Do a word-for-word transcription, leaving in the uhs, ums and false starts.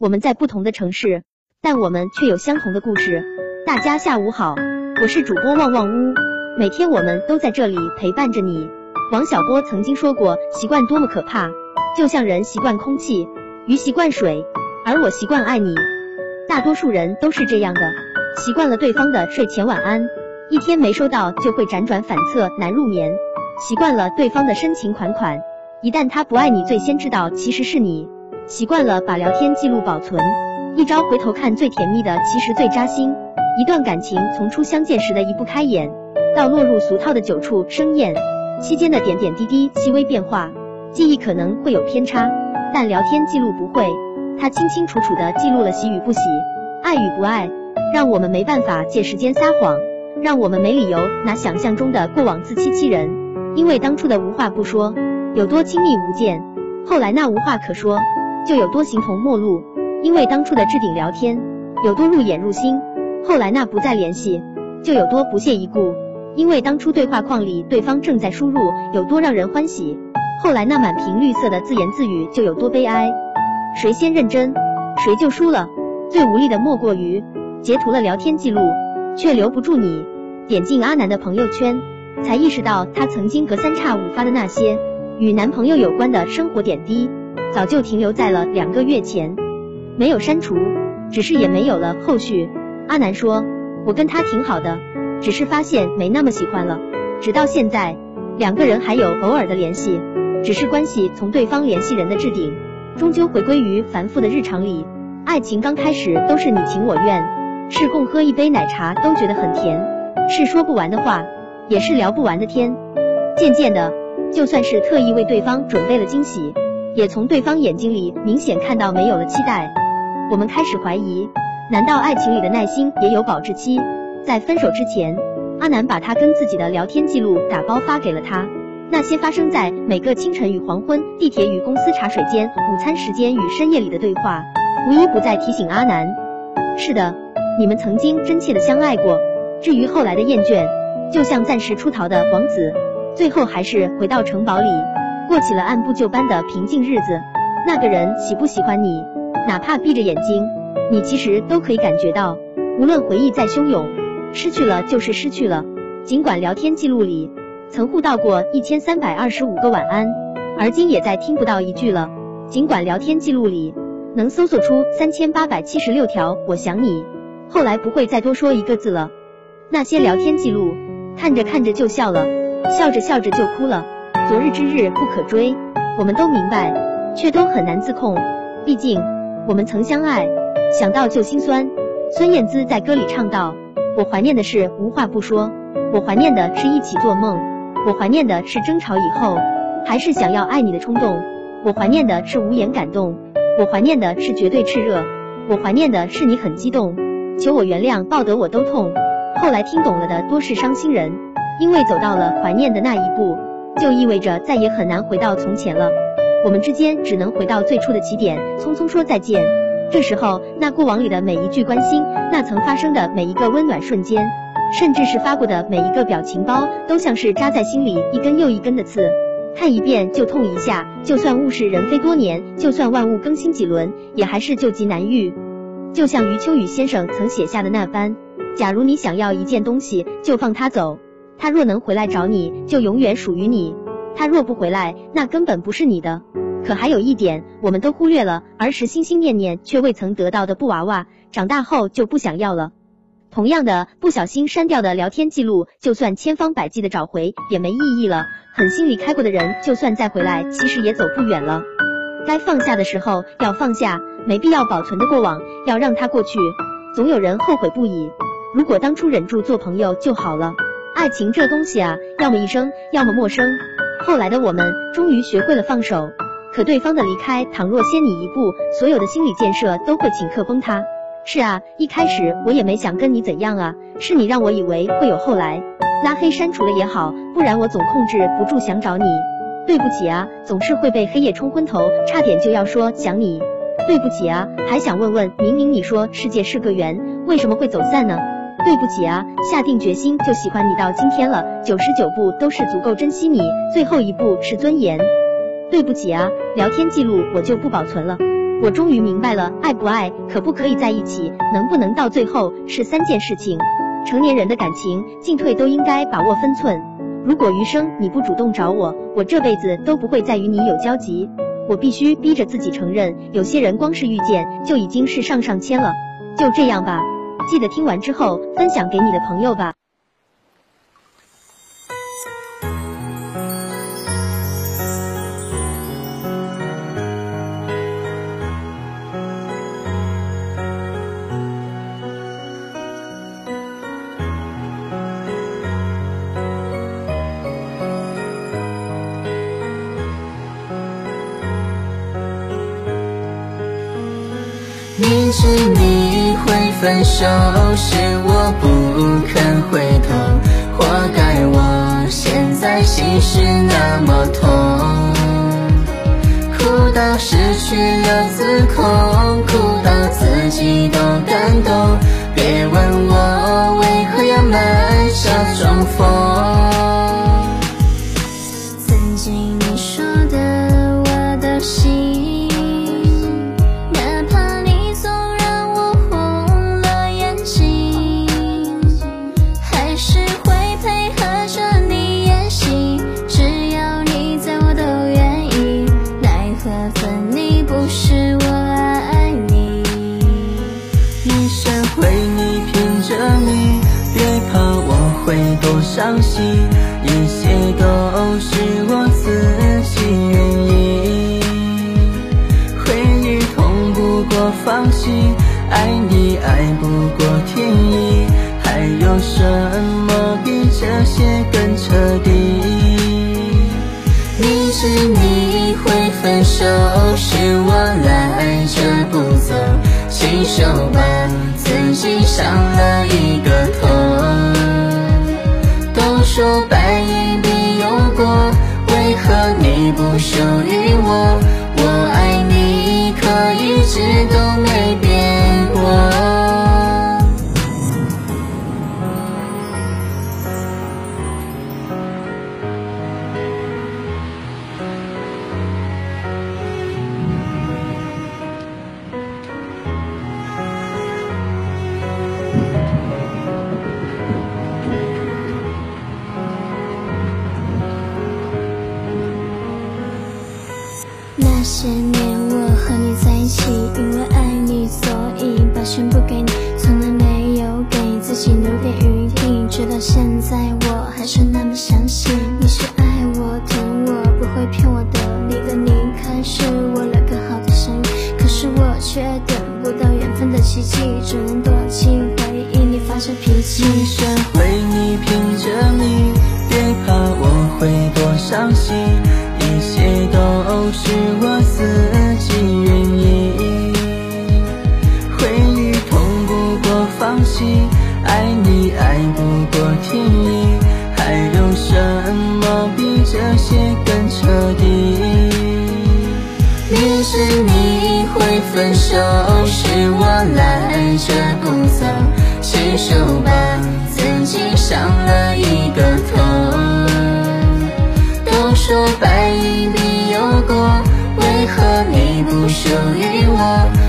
我们在不同的城市，但我们却有相同的故事。大家下午好，我是主播旺旺屋，每天我们都在这里陪伴着你。王小波曾经说过，习惯多么可怕，就像人习惯空气，鱼习惯水，而我习惯爱你。大多数人都是这样的，习惯了对方的睡前晚安，一天没收到就会辗转反侧难入眠，习惯了对方的深情款款，一旦他不爱你最先知道其实是你，习惯了把聊天记录保存，一朝回头看最甜蜜的其实最扎心。一段感情从初相见时的移不开眼，到落入俗套的久处生厌，期间的点点滴滴细微变化，记忆可能会有偏差，但聊天记录不会，它清清楚楚地记录了喜与不喜，爱与不爱，让我们没办法借时间撒谎，让我们没理由拿想象中的过往自欺欺人。因为当初的无话不说有多亲密无间，后来那无话可说就有多形同陌路。因为当初的置顶聊天有多入眼入心，后来那不再联系就有多不屑一顾。因为当初对话框里对方正在输入有多让人欢喜，后来那满屏绿色的自言自语就有多悲哀。谁先认真谁就输了，最无力的莫过于截图了聊天记录却留不住你，点进阿南的朋友圈才意识到他曾经隔三差五发的那些与男朋友有关的生活点滴早就停留在了两个月前，没有删除，只是也没有了后续。阿南说，我跟他挺好的，只是发现没那么喜欢了。直到现在两个人还有偶尔的联系，只是关系从对方联系人的置顶终究回归于繁复的日常里。爱情刚开始都是你情我愿，是共喝一杯奶茶都觉得很甜，是说不完的话也是聊不完的天。渐渐的，就算是特意为对方准备了惊喜，也从对方眼睛里明显看到没有了期待。我们开始怀疑，难道爱情里的耐心也有保质期？在分手之前，阿南把他跟自己的聊天记录打包发给了他，那些发生在每个清晨与黄昏、地铁与公司茶水间、午餐时间与深夜里的对话，无一不再提醒阿南，是的，你们曾经真切的相爱过。至于后来的厌倦，就像暂时出逃的王子，最后还是回到城堡里，过起了按部就班的平静日子。那个人喜不喜欢你，哪怕闭着眼睛，你其实都可以感觉到。无论回忆再汹涌，失去了就是失去了。尽管聊天记录里曾互道过一千三百二十五个晚安，而今也再听不到一句了。尽管聊天记录里能搜索出三千八百七十六条我想你，后来不会再多说一个字了。那些聊天记录看着看着就笑了，笑着笑着就哭了。昨日之日不可追，我们都明白，却都很难自控。毕竟我们曾相爱，想到就心酸。孙燕姿在歌里唱道，我怀念的是无话不说，我怀念的是一起做梦，我怀念的是争吵以后还是想要爱你的冲动，我怀念的是无言感动，我怀念的是绝对炽热，我怀念的是你很激动，求我原谅抱得我都痛。后来听懂了的多是伤心人，因为走到了怀念的那一步，就意味着再也很难回到从前了。我们之间只能回到最初的起点，匆匆说再见。这时候那过往里的每一句关心，那曾发生的每一个温暖瞬间，甚至是发过的每一个表情包，都像是扎在心里一根又一根的刺，看一遍就痛一下。就算物是人非多年，就算万物更新几轮，也还是救急难遇。就像余秋雨先生曾写下的那般，假如你想要一件东西，就放它走，它若能回来找你，就永远属于你，它若不回来，那根本不是你的。可还有一点我们都忽略了，儿时心心念念却未曾得到的布娃娃，长大后就不想要了。同样的，不小心删掉的聊天记录，就算千方百计的找回也没意义了。狠心离开过的人，就算再回来，其实也走不远了。该放下的时候要放下，没必要保存的过往要让它过去。总有人后悔不已，如果当初忍住做朋友就好了。爱情这东西啊，要么一生，要么陌生。后来的我们终于学会了放手，可对方的离开倘若先你一步，所有的心理建设都会顷刻崩塌。是啊，一开始我也没想跟你怎样啊，是你让我以为会有后来。拉黑删除了也好，不然我总控制不住想找你。对不起啊，总是会被黑夜冲昏头，差点就要说想你。对不起啊，还想问问，明明你说世界是个圆，为什么会走散呢？对不起啊，下定决心就喜欢你到今天了，九十九步都是足够珍惜你，最后一步是尊严。对不起啊，聊天记录我就不保存了。 我终于明白了，爱不爱，可不可以在一起，能不能到最后，是三件事情。成年人的感情，进退都应该把握分寸。如果余生你不主动找我，我这辈子都不会再与你有交集。我必须逼着自己承认，有些人光是遇见，就已经是上上签了。就这样吧，记得听完之后，分享给你的朋友吧。 明知你会分手，是我不肯回头，活该我现在心事那么痛，哭到失去了自控，哭到自己都感动，别问我为何要满sha装疯。曾经你说的我的心，会多伤心，一切都是我自己愿意。回忆痛不过放弃，爱你爱不过天意，还有什么比这些更彻底？明知你会分手，是我赖着不走，亲手把自己伤了一个痛。说白银比有过，为何你不属于我？我爱你可一直都没变过。那些年我和你在一起，因为爱你所以把全部给你，从来没有给自己留点余地，直到现在我还是那么相信你是爱我疼我，不会骗我的。你的离开是为了更好的相遇，可是我却等不到缘分的奇迹，只能躲进回忆里发生脾气。一生为你拼着命，别怕我会多伤心，一切都是我自己愿意。回忆痛不过放弃，爱你爱不过天意，还有什么比这些更彻底？明知你会分手，是我赖着不走，亲手把自己伤了一个痛。都说白银比有过，为何你不属于我？